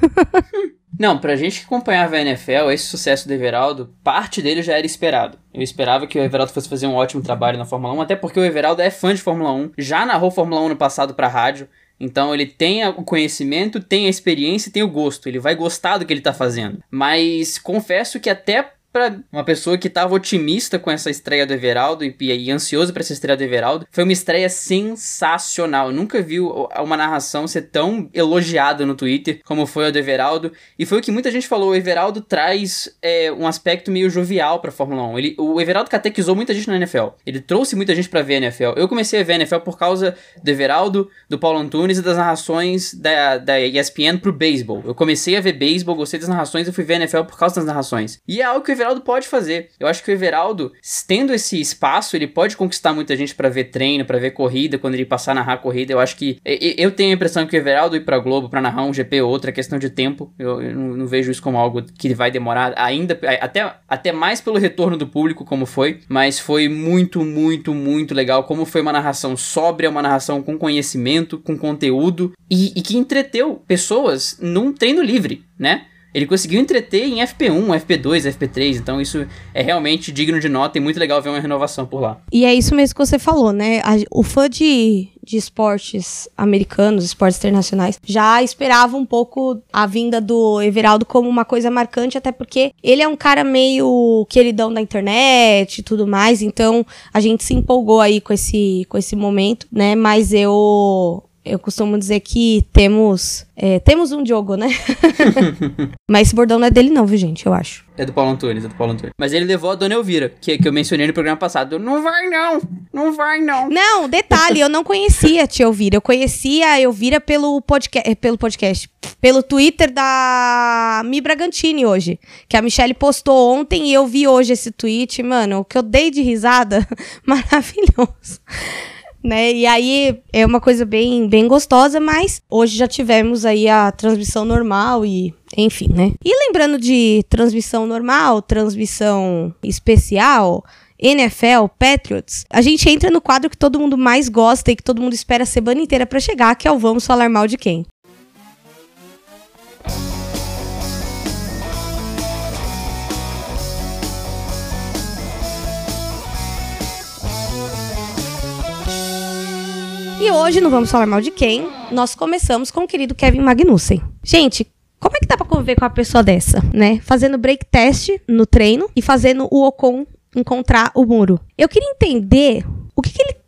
Não, pra gente que acompanhava a N F L, esse sucesso do Everaldo, parte dele já era esperado. Eu esperava que o Everaldo fosse fazer um ótimo trabalho na Fórmula um, até porque o Everaldo é fã de Fórmula um, já narrou Fórmula um no passado pra rádio, então ele tem o conhecimento, tem a experiência e tem o gosto, ele vai gostar do que ele tá fazendo. Mas confesso que até pra uma pessoa que tava otimista com essa estreia do Everaldo e, e ansioso pra essa estreia do Everaldo, foi uma estreia sensacional. Eu nunca vi uma narração ser tão elogiada no Twitter como foi a do Everaldo, e foi o que muita gente falou. O Everaldo traz é, um aspecto meio jovial pra Fórmula um. Ele, o Everaldo catequizou muita gente na N F L, ele trouxe muita gente pra ver a N F L. Eu comecei a ver a N F L por causa do Everaldo, do Paulo Antunes e das narrações da, da E S P N pro beisebol. Eu comecei a ver beisebol, gostei das narrações e fui ver a N F L por causa das narrações. E é algo que o Everaldo pode fazer. Eu acho que o Everaldo, tendo esse espaço, ele pode conquistar muita gente pra ver treino, pra ver corrida, quando ele passar a narrar corrida. Eu acho que... Eu tenho a impressão que o Everaldo ir pra Globo pra narrar um G P ou outro é questão de tempo. Eu, eu não, não vejo isso como algo que vai demorar ainda, até, até mais pelo retorno do público, como foi, mas foi muito, muito, muito legal. Como foi uma narração sóbria, uma narração com conhecimento, com conteúdo, e, e que entreteu pessoas num treino livre, né? Ele conseguiu entreter em F P um, F P dois, F P três, então isso é realmente digno de nota e muito legal ver uma renovação por lá. E é isso mesmo que você falou, né? A, o fã de, de esportes americanos, esportes internacionais, já esperava um pouco a vinda do Everaldo como uma coisa marcante, até porque ele é um cara meio queridão da internet e tudo mais, então a gente se empolgou aí com esse, com esse momento, né? Mas eu... Eu costumo dizer que temos... É, temos um Diogo, né? Mas esse bordão não é dele não, viu, gente? Eu acho. É do Paulo Antunes, é do Paulo Antunes. Mas ele levou a Dona Elvira, que, que eu mencionei no programa passado. Não vai não! Não vai não! Não, detalhe, eu não conhecia a tia Elvira. Eu conhecia a Elvira pelo podcast... Pelo podcast... Pelo Twitter da Mi Bragantini hoje. Que a Michelle postou ontem e eu vi hoje esse tweet. Mano, o que eu dei de risada... Maravilhoso. Né? E aí é uma coisa bem, bem gostosa, mas hoje já tivemos aí a transmissão normal e enfim, né? E lembrando de transmissão normal, transmissão especial, N F L, Patriots, a gente entra no quadro que todo mundo mais gosta e que todo mundo espera a semana inteira pra chegar, que é o Vamos Falar Mal de Quem? E hoje, no Vamos Falar Mal de Quem, nós começamos com o querido Kevin Magnussen. Gente, como é que dá pra conviver com uma pessoa dessa, né? Fazendo break test no treino e fazendo o Ocon encontrar o muro. Eu queria entender o que, que ele pensou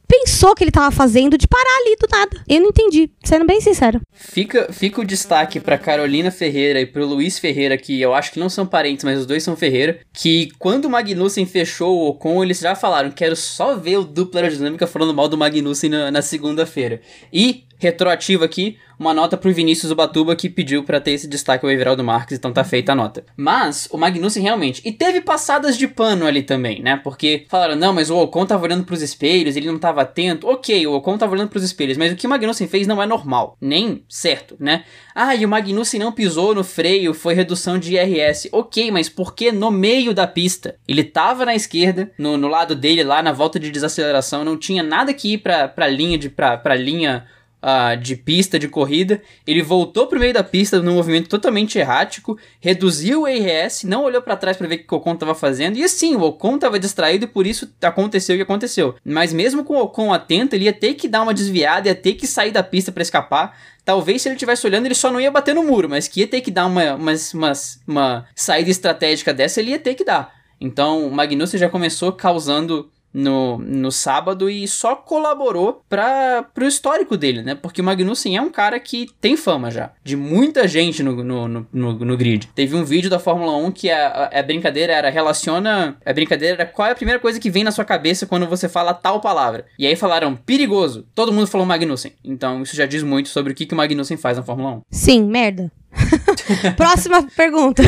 pensou que ele tava fazendo de parar ali do nada? Eu não entendi, sendo bem sincero. Fica, fica o destaque pra Carolina Ferreira e pro Luiz Ferreira, que eu acho que não são parentes, mas os dois são Ferreira, que quando o Magnussen fechou o Ocon, eles já falaram, quero só ver o dupla aerodinâmica falando mal do Magnussen na, na segunda-feira. E, retroativo aqui, uma nota pro Vinícius Ubatuba, que pediu pra ter esse destaque ao Everaldo Marques, então tá feita a nota. Mas, o Magnussen realmente, e teve passadas de pano ali também, né, porque falaram, não, mas o Ocon tava olhando pros espelhos, ele não tava atento, ok, o Ocon tava olhando pros espelhos, mas o que o Magnussen fez não é normal, nem certo, né. Ah, e o Magnussen não pisou no freio, foi redução de I R S, ok, mas por que no meio da pista? Ele tava na esquerda, no, no lado dele lá, na volta de desaceleração, não tinha nada que ir pra, pra linha de, pra, pra linha... Uh, de pista, de corrida, ele voltou pro meio da pista num movimento totalmente errático, reduziu o I R S, não olhou pra trás pra ver o que o Ocon tava fazendo, e assim, o Ocon tava distraído e por isso aconteceu o que aconteceu. Mas mesmo com o Ocon atento, ele ia ter que dar uma desviada, ia ter que sair da pista pra escapar. Talvez se ele estivesse olhando, ele só não ia bater no muro, mas que ia ter que dar uma, uma, uma, uma saída estratégica dessa, ele ia ter que dar. Então, o Magnussen já começou causando... No, no sábado e só colaborou para pro histórico dele, né? Porque o Magnussen é um cara que tem fama já, de muita gente no, no, no, no, no grid. Teve um vídeo da Fórmula um que a, a brincadeira era relaciona... A brincadeira era qual é a primeira coisa que vem na sua cabeça quando você fala tal palavra. E aí falaram perigoso. Todo mundo falou Magnussen. Então isso já diz muito sobre o que, que o Magnussen faz na Fórmula um. Sim, merda. Próxima pergunta.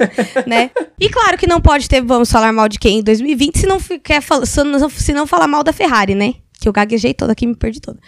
Né? E claro que não pode ter vamos falar mal de quem em dois mil e vinte se não, quer, se não falar mal da Ferrari, né? Que eu gaguejei toda aqui e me perdi toda.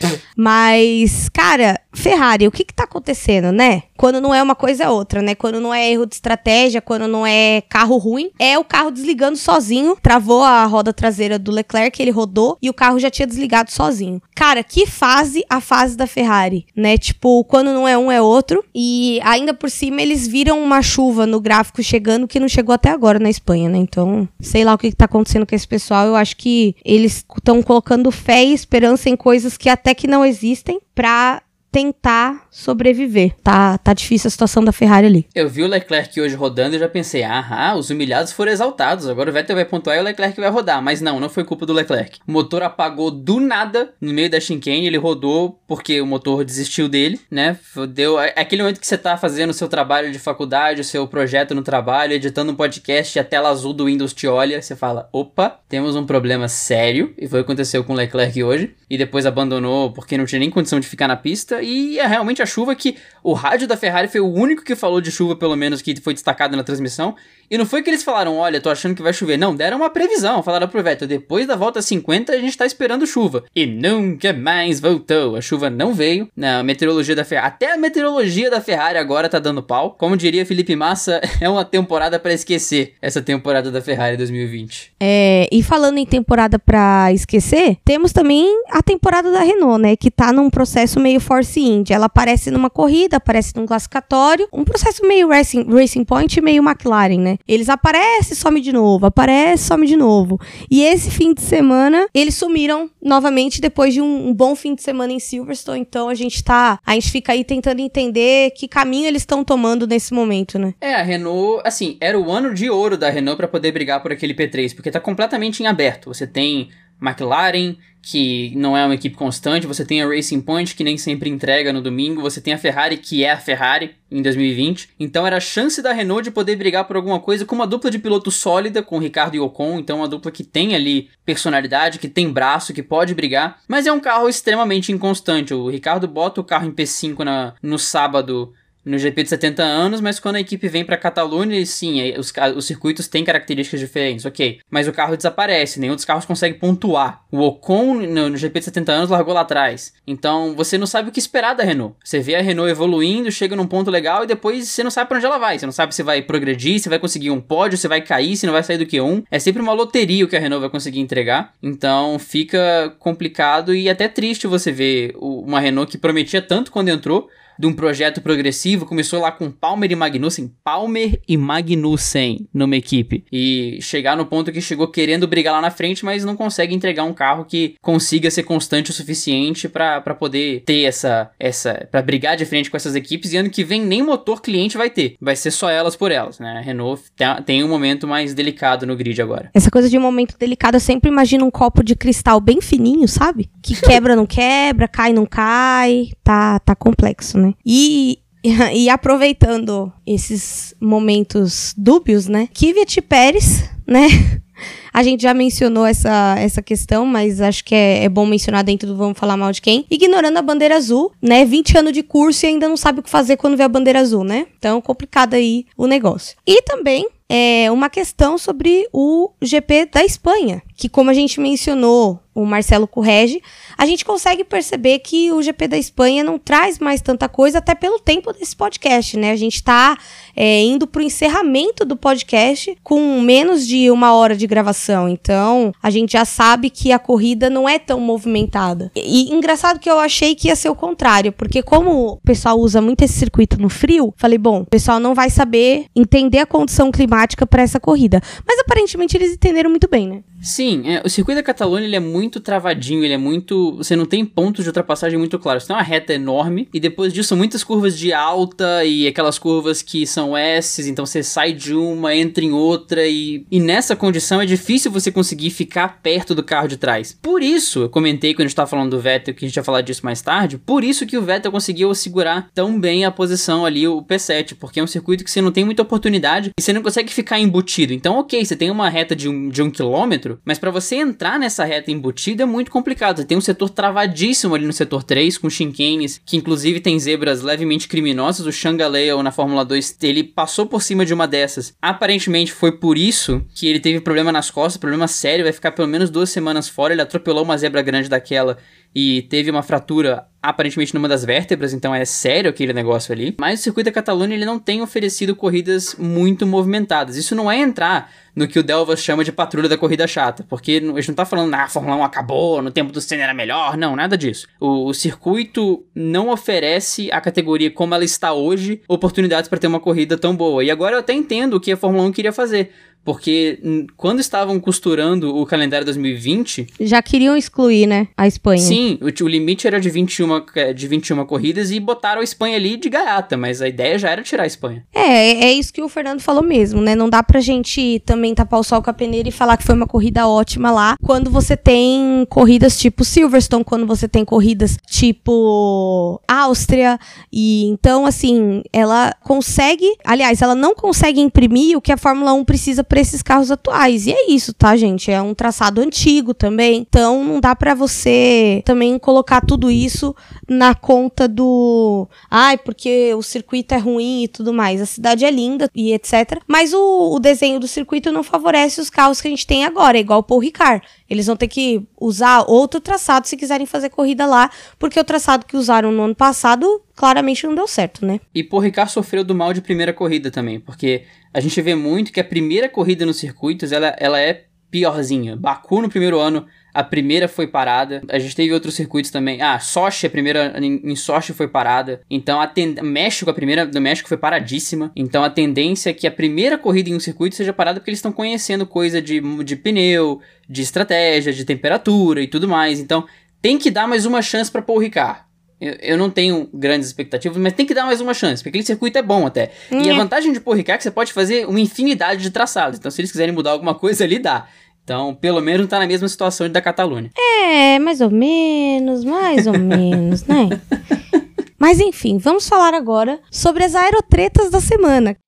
Mas, cara, Ferrari, o que que tá acontecendo, né? Quando não é uma coisa é outra, né? Quando não é erro de estratégia, quando não é carro ruim, é o carro desligando sozinho. Travou a roda traseira do Leclerc, ele rodou e o carro já tinha desligado sozinho. Cara, que fase a fase da Ferrari, né? Tipo, quando não é um é outro. E ainda por cima eles viram uma chuva no gráfico chegando que não chegou até agora na Espanha, né? Então, sei lá o que que tá acontecendo com esse pessoal. Eu acho que eles estão colocando fé e esperança em coisas que até que não existem pra tentar sobreviver. Tá, tá difícil a situação da Ferrari ali. Eu vi o Leclerc hoje rodando e já pensei, ah, os humilhados foram exaltados, agora o Vettel vai pontuar e o Leclerc vai rodar. Mas não, não foi culpa do Leclerc. O motor apagou do nada no meio da chicane, ele rodou porque o motor desistiu dele, né? Deu aquele momento que você tá fazendo o seu trabalho de faculdade, o seu projeto no trabalho, editando um podcast e a tela azul do Windows te olha, você fala, opa, temos um problema sério, e foi o que aconteceu com o Leclerc hoje, e depois abandonou porque não tinha nem condição de ficar na pista. E é realmente a chuva que o rádio da Ferrari foi o único que falou de chuva, pelo menos, que foi destacado na transmissão. E não foi que eles falaram, olha, tô achando que vai chover. Não, deram uma previsão. Falaram pro Vettel, depois da volta cinquenta a gente tá esperando chuva. E nunca mais voltou. A chuva não veio. Na meteorologia da Ferrari. Até a meteorologia da Ferrari agora tá dando pau. Como diria Felipe Massa, é uma temporada pra esquecer. Essa temporada da Ferrari dois mil e vinte. É, e falando em temporada pra esquecer, temos também a temporada da Renault, né? Que tá num processo meio Force India. Ela aparece numa corrida, aparece num classificatório. Um processo meio Racing, Racing Point e meio McLaren, né? Eles aparecem, some de novo, aparece, some de novo. E esse fim de semana, eles sumiram novamente depois de um, um bom fim de semana em Silverstone. Então a gente tá, a gente fica aí tentando entender que caminho eles estão tomando nesse momento, né? É, a Renault, assim, era o ano de ouro da Renault pra poder brigar por aquele P três, porque tá completamente em aberto. Você tem McLaren, que não é uma equipe constante, você tem a Racing Point, que nem sempre entrega no domingo, você tem a Ferrari, que é a Ferrari em dois mil e vinte, então era a chance da Renault de poder brigar por alguma coisa com uma dupla de piloto sólida, com Ricardo e Ocon, então uma dupla que tem ali personalidade, que tem braço, que pode brigar, mas é um carro extremamente inconstante. O Ricardo bota o carro em P cinco na, no sábado, no G P de setenta anos, mas quando a equipe vem pra Catalunha, sim, os, os circuitos têm características diferentes, ok. Mas o carro desaparece, nenhum dos carros consegue pontuar. O Ocon, no, no G P de setenta anos, largou lá atrás. Então, você não sabe o que esperar da Renault. Você vê a Renault evoluindo, chega num ponto legal e depois você não sabe pra onde ela vai. Você não sabe se vai progredir, se vai conseguir um pódio, se vai cair, se não vai sair do Q um. É sempre uma loteria o que a Renault vai conseguir entregar. Então, fica complicado e até triste você ver uma Renault que prometia tanto quando entrou, de um projeto progressivo, começou lá com Palmer e Magnussen, Palmer e Magnussen numa equipe, e chegar no ponto que chegou querendo brigar lá na frente, mas não consegue entregar um carro que consiga ser constante o suficiente pra, pra poder ter essa, essa, pra brigar de frente com essas equipes, e ano que vem nem motor cliente vai ter, vai ser só elas por elas, né? A Renault tem, tem um momento mais delicado no grid agora. Essa coisa de um momento delicado, eu sempre imagino um copo de cristal bem fininho, sabe? Que quebra, não quebra, cai, não cai, tá, tá complexo, né? E... E aproveitando esses momentos dúbios, né? Kvyat e Pérez, né? A gente já mencionou essa, essa questão, mas acho que é, é bom mencionar dentro do Vamos Falar Mal de Quem. Ignorando a bandeira azul, né? vinte anos de curso e ainda não sabe o que fazer quando vê a bandeira azul, né? Então, complicado aí o negócio. E também é uma questão sobre o G P da Espanha, que como a gente mencionou, o Marcelo corrige, a gente consegue perceber que o G P da Espanha não traz mais tanta coisa, até pelo tempo desse podcast, né? A gente tá é, indo pro encerramento do podcast com menos de uma hora de gravação, então a gente já sabe que a corrida não é tão movimentada. E, e engraçado que eu achei que ia ser o contrário, porque como o pessoal usa muito esse circuito no frio, falei, bom, o pessoal não vai saber entender a condição climática para essa corrida. Mas aparentemente eles entenderam muito bem, né? Sim, é, o circuito da Catalunha ele é muito travadinho, ele é muito... Você não tem pontos de ultrapassagem muito claros. Você tem uma reta enorme e depois disso são muitas curvas de alta e aquelas curvas que são S's, então você sai de uma, entra em outra e, e nessa condição é difícil você conseguir ficar perto do carro de trás. Por isso, eu comentei quando a gente tava falando do Vettel, que a gente ia falar disso mais tarde, por isso que o Vettel conseguiu segurar tão bem a posição ali, o P sete, porque é um circuito que você não tem muita oportunidade e você não consegue ficar embutido. Então, ok, você tem uma reta de um, de um quilômetro, mas pra você entrar nessa reta embutida é muito complicado. Você tem um setor travadíssimo ali no setor três, com chicanes, que inclusive tem zebras levemente criminosas. O Shangaleo na Fórmula dois, ele passou por cima de uma dessas. Aparentemente foi por isso que ele teve problema nas costas, problema sério, vai ficar pelo menos duas semanas fora. Ele atropelou uma zebra grande daquela e teve uma fratura aparentemente numa das vértebras, então é sério aquele negócio ali. Mas o circuito da Catalunha ele não tem oferecido corridas muito movimentadas. Isso não é entrar no que o Delvas chama de patrulha da corrida chata, porque a gente não tá falando, ah, a Fórmula um acabou, no tempo do Senna era melhor, não, nada disso. O, o circuito não oferece à categoria como ela está hoje, oportunidades para ter uma corrida tão boa. E agora eu até entendo o que a Fórmula um queria fazer, porque quando estavam costurando o calendário dois mil e vinte... Já queriam excluir, né, a Espanha. Sim, o, o limite era de vinte e uma, de vinte e uma corridas e botaram a Espanha ali de gaiata, mas a ideia já era tirar a Espanha. É, é isso que o Fernando falou mesmo, né? Não dá pra gente também tapar o sol com a peneira e falar que foi uma corrida ótima lá, quando você tem corridas tipo Silverstone, quando você tem corridas tipo Áustria, e então, assim, ela consegue, aliás, ela não consegue imprimir o que a Fórmula um precisa para esses carros atuais, e é isso, tá, gente? É um traçado antigo também, então não dá pra você também colocar tudo isso na conta do, ai, porque o circuito é ruim e tudo mais. A cidade é linda e etcétera. Mas o, o desenho do circuito não favorece os carros que a gente tem agora, é igual o Paul Ricard. Eles vão ter que usar outro traçado se quiserem fazer corrida lá, porque o traçado que usaram no ano passado claramente não deu certo, né? E Paul Ricard sofreu do mal de primeira corrida também, porque a gente vê muito que a primeira corrida nos circuitos, ela, ela é piorzinha. Baku no primeiro ano, a primeira foi parada. A gente teve outros circuitos também. Ah, Sochi, a primeira em, em Sochi foi parada. Então, a ten... México, a primeira do México foi paradíssima. Então, a tendência é que a primeira corrida em um circuito seja parada porque eles estão conhecendo coisa de, de pneu, de estratégia, de temperatura e tudo mais. Então, tem que dar mais uma chance para Paul Ricard. Eu, eu não tenho grandes expectativas, mas tem que dar mais uma chance, porque aquele circuito é bom até. Hum. E a vantagem de Paul Ricard é que você pode fazer uma infinidade de traçados. Então, se eles quiserem mudar alguma coisa ali, dá. Então, pelo menos não tá na mesma situação da Catalunha. É, mais ou menos, mais ou menos, né? Mas enfim, vamos falar agora sobre as aerotretas da semana.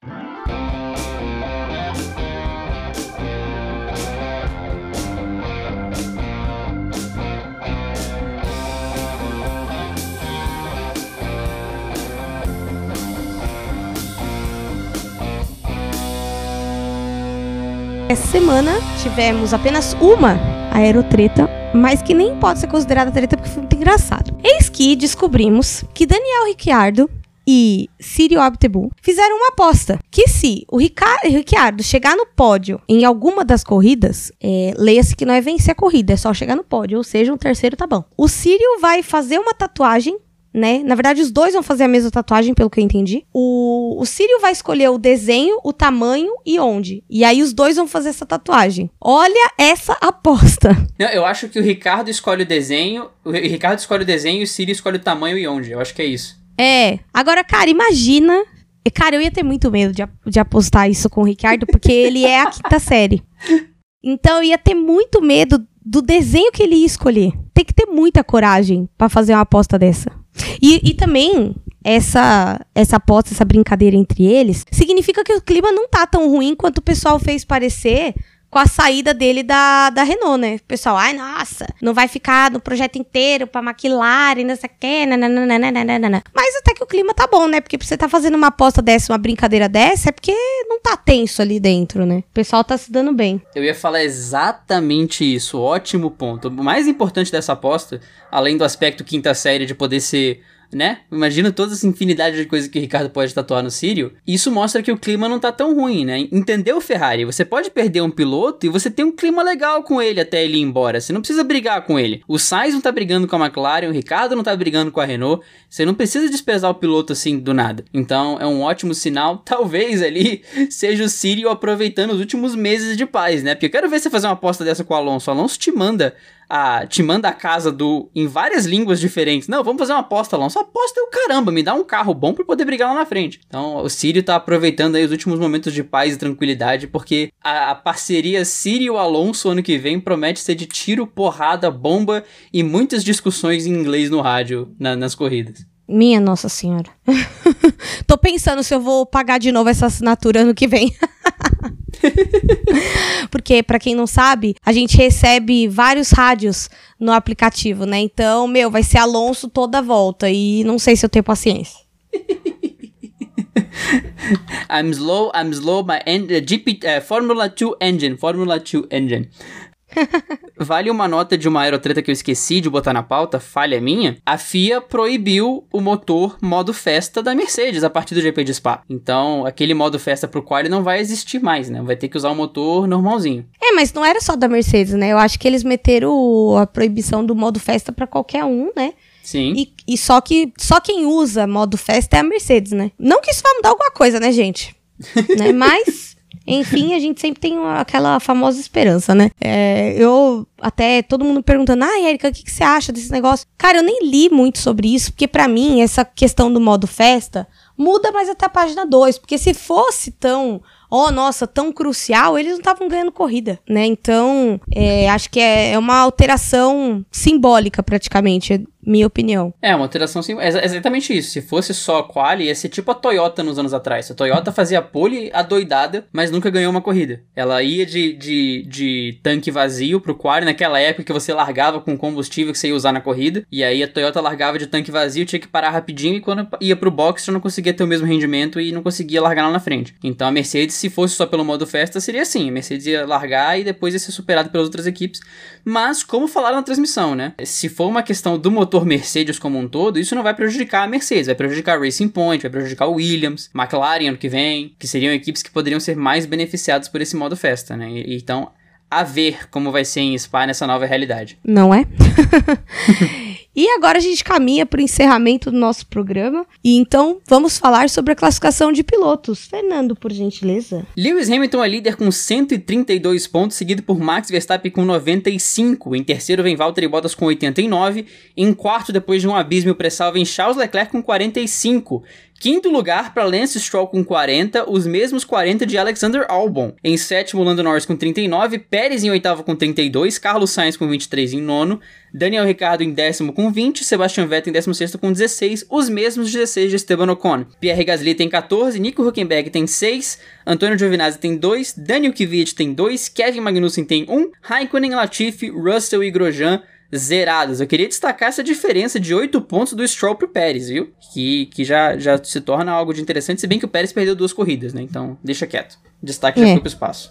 Essa semana tivemos apenas uma aerotreta, mas que nem pode ser considerada treta porque foi muito engraçado. Eis que descobrimos que Daniel Ricciardo e Cyril Abiteboul fizeram uma aposta, que se o Ricciardo chegar no pódio em alguma das corridas, é, leia-se que não é vencer a corrida, é só chegar no pódio, ou seja, um terceiro tá bom. O Cyril vai fazer uma tatuagem né? Na verdade, os dois vão fazer a mesma tatuagem, pelo que eu entendi. O, o Círio vai escolher o desenho, o tamanho e onde. E aí os dois vão fazer essa tatuagem. Olha essa aposta. Não, eu acho que o Ricardo escolhe o desenho, o Ricardo escolhe o desenho e o Círio escolhe o tamanho e onde. Eu acho que é isso. É. Agora, cara, imagina... Cara, eu ia ter muito medo de, de apostar isso com o Ricardo, porque ele é a quinta série. Então, eu ia ter muito medo do desenho que ele ia escolher. Tem que ter muita coragem pra fazer uma aposta dessa. E, e também, essa, essa aposta, essa brincadeira entre eles, significa que o clima não tá tão ruim quanto o pessoal fez parecer com a saída dele da, da Renault, né? O pessoal, ai, nossa, não vai ficar no projeto inteiro pra McLaren, não sei o quê, nananana. Mas até que o clima tá bom, né? Porque pra você tá fazendo uma aposta dessa, uma brincadeira dessa, é porque não tá tenso ali dentro, né? O pessoal tá se dando bem. Eu ia falar exatamente isso, ótimo ponto. O mais importante dessa aposta, além do aspecto quinta série de poder ser... né? Imagina toda essa infinidade de coisas que o Ricardo pode tatuar no Círio. Isso mostra que o clima não tá tão ruim, né? Entendeu, o Ferrari? Você pode perder um piloto e você tem um clima legal com ele até ele ir embora. Você não precisa brigar com ele. O Sainz não tá brigando com a McLaren, o Ricardo não tá brigando com a Renault. Você não precisa desprezar o piloto assim do nada. Então é um ótimo sinal. Talvez ali seja o Círio aproveitando os últimos meses de paz, né? Porque eu quero ver você fazer uma aposta dessa com o Alonso. O Alonso te manda... A, te manda a casa do em várias línguas diferentes. Não, vamos fazer uma aposta, Alonso. Aposta é o caramba, me dá um carro bom pra poder brigar lá na frente. Então o Círio tá aproveitando aí os últimos momentos de paz e tranquilidade, porque a, a parceria Círio-Alonso ano que vem promete ser de tiro, porrada, bomba e muitas discussões em inglês no rádio na, nas corridas. Minha Nossa Senhora. Tô pensando se eu vou pagar de novo essa assinatura ano que vem. Porque, pra quem não sabe, a gente recebe vários rádios no aplicativo, né? Então, meu, vai ser Alonso toda a volta. E não sei se eu tenho paciência. I'm slow, I'm slow, my en- uh, G P, uh, Formula two engine, Formula two engine. Vale uma nota de uma aerotreta que eu esqueci de botar na pauta, falha minha. A F I A proibiu o motor modo festa da Mercedes a partir do G P de Spa. Então, aquele modo festa pro quali não vai existir mais, né? Vai ter que usar o motor normalzinho. É, mas não era só da Mercedes, né? Eu acho que eles meteram a proibição do modo festa pra qualquer um, né? Sim. E, e só que só quem usa modo festa é a Mercedes, né? Não que isso vá mudar alguma coisa, né, gente? né? Mas... Enfim, a gente sempre tem uma, aquela famosa esperança, né? É, eu, até todo mundo perguntando, ah, Érica, o que, que você acha desse negócio? Cara, eu nem li muito sobre isso, porque pra mim, essa questão do modo festa muda mais até a página dois, porque se fosse tão, oh, nossa, tão crucial, eles não estavam ganhando corrida, né? Então, é, acho que é, é uma alteração simbólica, praticamente, minha opinião. É, uma alteração simbólica, é exatamente isso. Se fosse só quali, ia ser tipo a Toyota nos anos atrás. A Toyota fazia pole adoidada, mas nunca ganhou uma corrida. Ela ia de, de, de tanque vazio pro quali, naquela época que você largava com combustível que você ia usar na corrida, e aí a Toyota largava de tanque vazio, tinha que parar rapidinho, e quando ia pro box já não conseguia ter o mesmo rendimento e não conseguia largar lá na frente. Então a Mercedes, se fosse só pelo modo festa, seria assim, a Mercedes ia largar e depois ia ser superado pelas outras equipes, mas como falaram na transmissão, né, se for uma questão do motor Mercedes como um todo, isso não vai prejudicar a Mercedes, vai prejudicar a Racing Point, vai prejudicar o Williams, McLaren ano que vem, que seriam equipes que poderiam ser mais beneficiadas por esse modo festa, né, e, então a ver como vai ser em Spa nessa nova realidade. Não é? E agora a gente caminha para o encerramento do nosso programa. E então vamos falar sobre a classificação de pilotos. Fernando, por gentileza. Lewis Hamilton é líder com cento e trinta e dois pontos, seguido por Max Verstappen com noventa e cinco. Em terceiro vem Valtteri Bottas com oitenta e nove. Em quarto, depois de um abismo pré-sal, vem Charles Leclerc com quarenta e cinco. Quinto lugar para Lance Stroll com quarenta, os mesmos quarenta de Alexander Albon. Em sétimo, Lando Norris com trinta e nove, Pérez em oitavo com trinta e dois, Carlos Sainz com vinte e três em nono, Daniel Ricciardo em décimo com vinte, Sebastian Vettel em décimo sexto com dezesseis, os mesmos dezesseis de Esteban Ocon. Pierre Gasly tem catorze, Nico Hülkenberg tem seis, Antonio Giovinazzi tem dois, Daniel Kvyat tem dois, Kevin Magnussen tem um, Raikkonen, Latifi, Russell e Grosjean zerados. Eu queria destacar essa diferença de oito pontos do Stroll pro Pérez, viu? Que, que já, já se torna algo de interessante, se bem que o Pérez perdeu duas corridas, né? Então, deixa quieto. Destaque já é. foi pro espaço.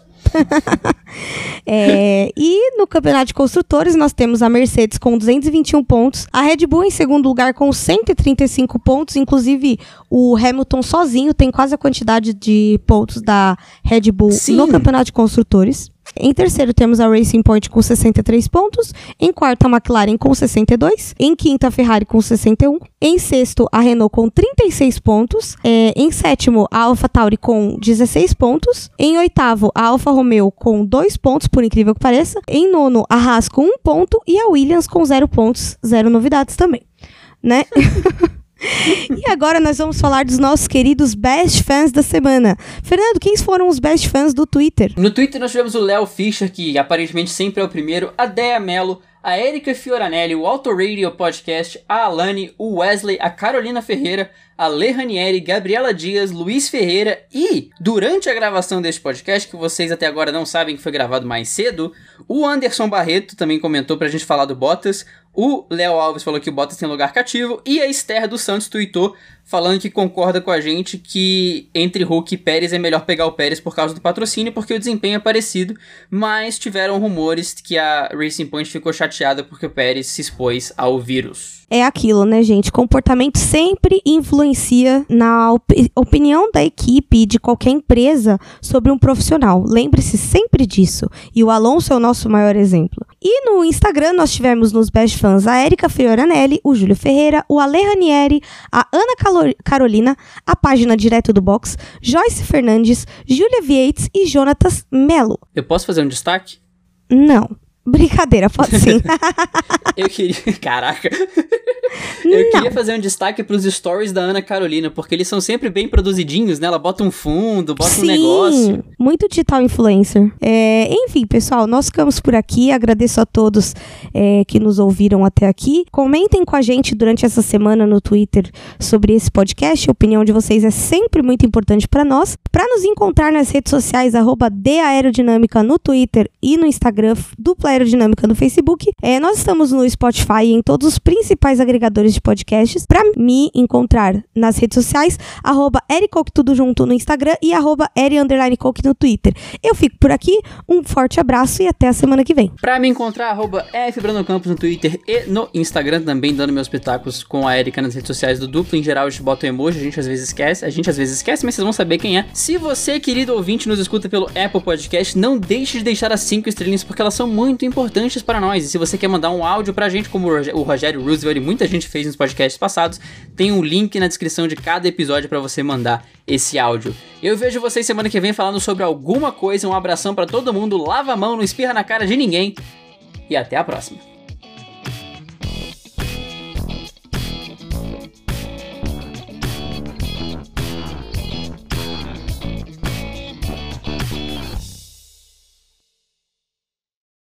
é, e no campeonato de construtores nós temos a Mercedes com duzentos e vinte e um pontos, a Red Bull em segundo lugar com cento e trinta e cinco pontos, inclusive o Hamilton sozinho tem quase a quantidade de pontos da Red Bull. Sim. No campeonato de construtores. Em terceiro temos a Racing Point com sessenta e três pontos. Em quarto a McLaren com sessenta e dois. Em quinto a Ferrari com sessenta e um. Em sexto a Renault com trinta e seis pontos. É, em sétimo a AlphaTauri com dezesseis pontos. Em oitavo a Alfa Romeo com dois pontos, por incrível que pareça. Em nono a Haas com um ponto e a Williams com zero pontos. Zero novidades também, né? E agora nós vamos falar dos nossos queridos best fans da semana. Fernando, quem foram os best fans do Twitter? No Twitter nós tivemos o Léo Fischer, que aparentemente sempre é o primeiro, a Dea Mello, a Erika Fioranelli, o Auto Radio Podcast, a Alane, o Wesley, a Carolina Ferreira, a Lê Ranieri, Gabriela Dias, Luiz Ferreira e, durante a gravação deste podcast, que vocês até agora não sabem que foi gravado mais cedo, o Anderson Barreto também comentou pra gente falar do Bottas, o Léo Alves falou que o Bottas tem lugar cativo e a Esther dos Santos tweetou falando que concorda com a gente que entre Hulk e Pérez é melhor pegar o Pérez por causa do patrocínio porque o desempenho é parecido, mas tiveram rumores que a Racing Point ficou chateada porque o Pérez se expôs ao vírus. É aquilo, né, gente? Comportamento sempre influencia na op- opinião da equipe e de qualquer empresa sobre um profissional. Lembre-se sempre disso. E o Alonso é o nosso maior exemplo. E no Instagram nós tivemos nos Best Fans a Erika Fioranelli, o Júlio Ferreira, o Ale Ranieri, a Ana Calo- Carolina, a página Direto do Box, Joyce Fernandes, Júlia Vieites e Jonatas Mello. Eu posso fazer um destaque? Não. Brincadeira, pode sim. Eu queria... Caraca. Eu Não. queria fazer um destaque pros stories da Ana Carolina, porque eles são sempre bem produzidinhos, né? Ela bota um fundo, bota Sim, um negócio. Muito digital influencer. É, enfim, pessoal, nós ficamos por aqui. Agradeço a todos é, que nos ouviram até aqui. Comentem com a gente durante essa semana no Twitter sobre esse podcast. A opinião de vocês é sempre muito importante para nós. Para nos encontrar nas redes sociais, arroba D Aerodinâmica no Twitter e no Instagram, Dupla Aerodinâmica no Facebook. É, nós estamos no Spotify e em todos os principais agregadores de podcasts. Para me encontrar nas redes sociais, arroba Ericoke tudo junto no Instagram e arroba Eri underline Coke no Twitter. Eu fico por aqui, um forte abraço e até a semana que vem. Para me encontrar, arroba F Brandon Campos no Twitter e no Instagram, também dando meus pitacos com a Erika nas redes sociais do Duplo. Em geral, a gente bota o emoji, a gente às vezes esquece, a gente às vezes esquece, mas vocês vão saber quem é. Se você, querido ouvinte, nos escuta pelo Apple Podcast, não deixe de deixar as cinco estrelinhas, porque elas são muito importantes para nós. E se você quer mandar um áudio pra gente, como o Rogério Roosevelt e muita gente fez nos podcasts passados, tem um link na descrição de cada episódio para você mandar esse áudio. Eu vejo vocês semana que vem falando sobre alguma coisa. Um abração para todo mundo, lava a mão, não espirra na cara de ninguém e até a próxima.